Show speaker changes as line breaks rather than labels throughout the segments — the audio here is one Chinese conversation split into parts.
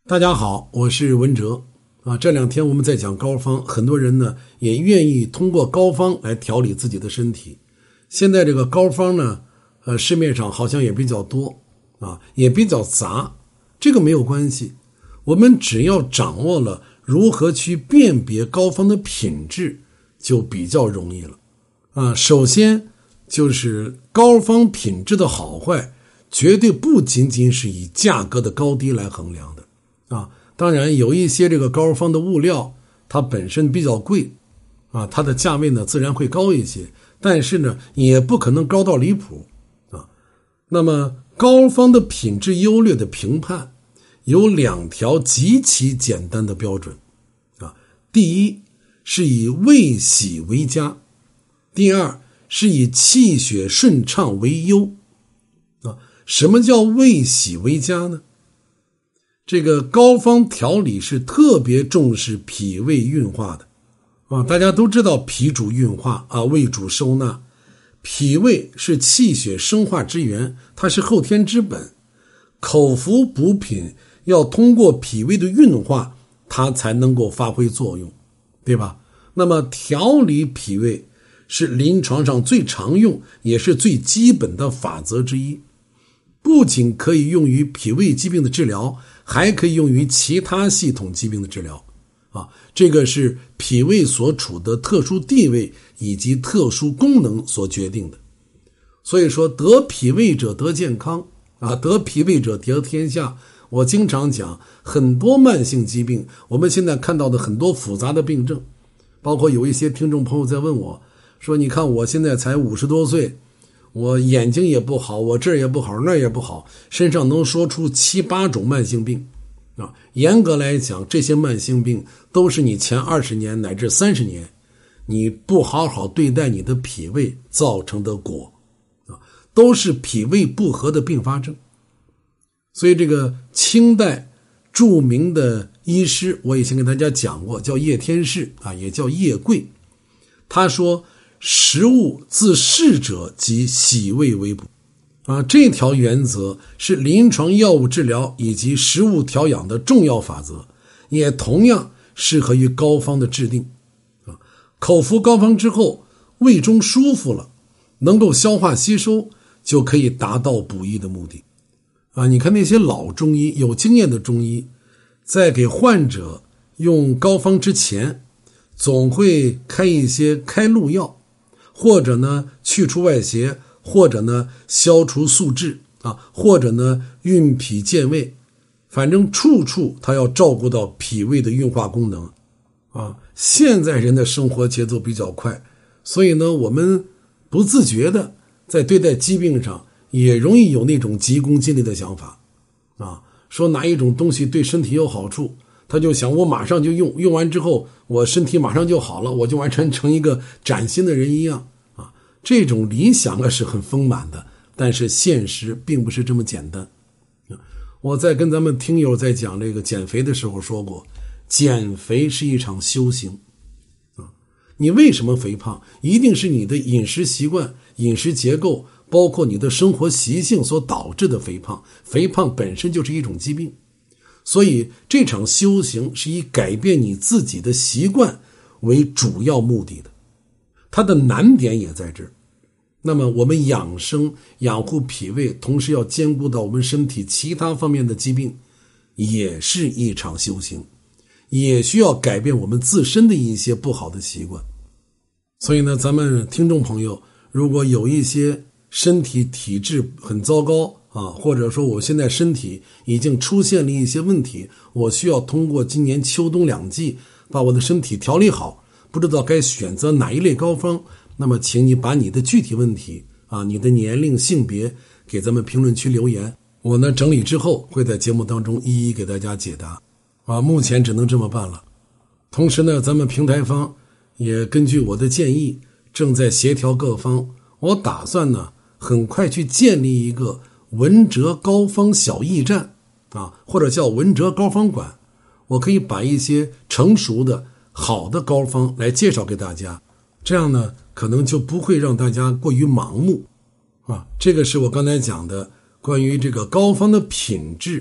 大家好，我是文哲这两天我们在讲膏方，很多人呢也愿意通过膏方来调理自己的身体。现在这个膏方呢市面上好像也比较多也比较杂，这个没有关系，我们只要掌握了如何去辨别膏方的品质就比较容易了首先就是膏方品质的好坏绝对不仅仅是以价格的高低来衡量的当然有一些这个膏方的物料它本身比较贵它的价位呢自然会高一些，但是呢也不可能高到离谱那么膏方的品质优劣的评判有两条极其简单的标准第一是以味喜为佳，第二是以气血顺畅为优什么叫味喜为佳呢？这个膏方调理是特别重视脾胃运化的大家都知道脾主运化胃主收纳，脾胃是气血生化之源，它是后天之本，口服补品要通过脾胃的运化它才能够发挥作用，对吧？那么调理脾胃是临床上最常用也是最基本的法则之一，不仅可以用于脾胃疾病的治疗，还可以用于其他系统疾病的治疗这个是脾胃所处的特殊地位以及特殊功能所决定的。所以说得脾胃者得健康得脾胃者得天下。我经常讲很多慢性疾病，我们现在看到的很多复杂的病症，包括有一些听众朋友在问我说，你看我现在才50多岁，我眼睛也不好，我这儿也不好那儿也不好，身上能说出7、8种慢性病严格来讲，这些慢性病都是你前20年乃至30年你不好好对待你的脾胃造成的果都是脾胃不和的并发症。所以这个清代著名的医师，我以前跟大家讲过，叫叶天士也叫叶贵，他说食物自适者即洗胃为补这条原则是临床药物治疗以及食物调养的重要法则，也同样适合于膏方的制定口服膏方之后，胃中舒服了，能够消化吸收，就可以达到补益的目的你看那些老中医有经验的中医，在给患者用膏方之前，总会开一些开路药，或者呢去除外邪，或者呢消除宿滞或者呢运脾健胃，反正处处他要照顾到脾胃的运化功能现在人的生活节奏比较快，所以呢我们不自觉的在对待疾病上也容易有那种急功近利的想法说哪一种东西对身体有好处，他就想我马上就用，用完之后我身体马上就好了，我就完全成一个崭新的人一样这种理想是很丰满的，但是现实并不是这么简单我在跟咱们听友在讲这个减肥的时候说过，减肥是一场修行你为什么肥胖，一定是你的饮食习惯、饮食结构，包括你的生活习性所导致的肥胖。肥胖本身就是一种疾病，所以这场修行是以改变你自己的习惯为主要目的的，它的难点也在这儿。那么我们养生养护脾胃，同时要兼顾到我们身体其他方面的疾病，也是一场修行，也需要改变我们自身的一些不好的习惯。所以呢，咱们听众朋友如果有一些身体体质很糟糕或者说我现在身体已经出现了一些问题，我需要通过今年秋冬2季把我的身体调理好，不知道该选择哪一类膏方，那么请你把你的具体问题你的年龄性别给咱们评论区留言，我呢整理之后会在节目当中一一给大家解答目前只能这么办了。同时呢，咱们平台方也根据我的建议正在协调各方，我打算呢很快去建立一个文哲膏方小驿站或者叫文哲膏方馆，我可以把一些成熟的好的膏方来介绍给大家，这样呢可能就不会让大家过于盲目这个是我刚才讲的关于这个膏方的品质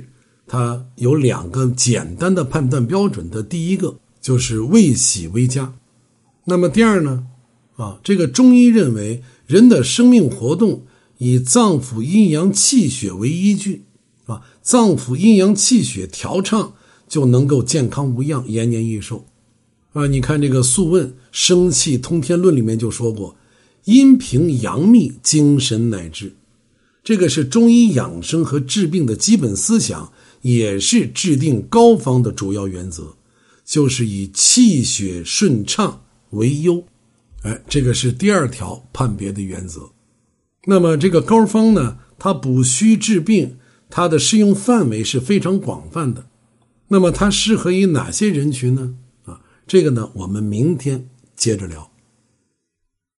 它有2个简单的判断标准的。第一个就是未喜为佳。那么第二呢，这个中医认为人的生命活动以脏腑阴阳气血为依据，脏腑阴阳气血调畅，就能够健康无恙，延年益寿。你看这个《素问·生气通天论》里面就说过，阴平阳秘，精神乃治。这个是中医养生和治病的基本思想，也是制定膏方的主要原则，就是以气血顺畅为优。这个是第2条判别的原则。那么这个膏方呢，它补虚治病，它的适用范围是非常广泛的。那么它适合于哪些人群呢？这个呢，我们明天接着聊。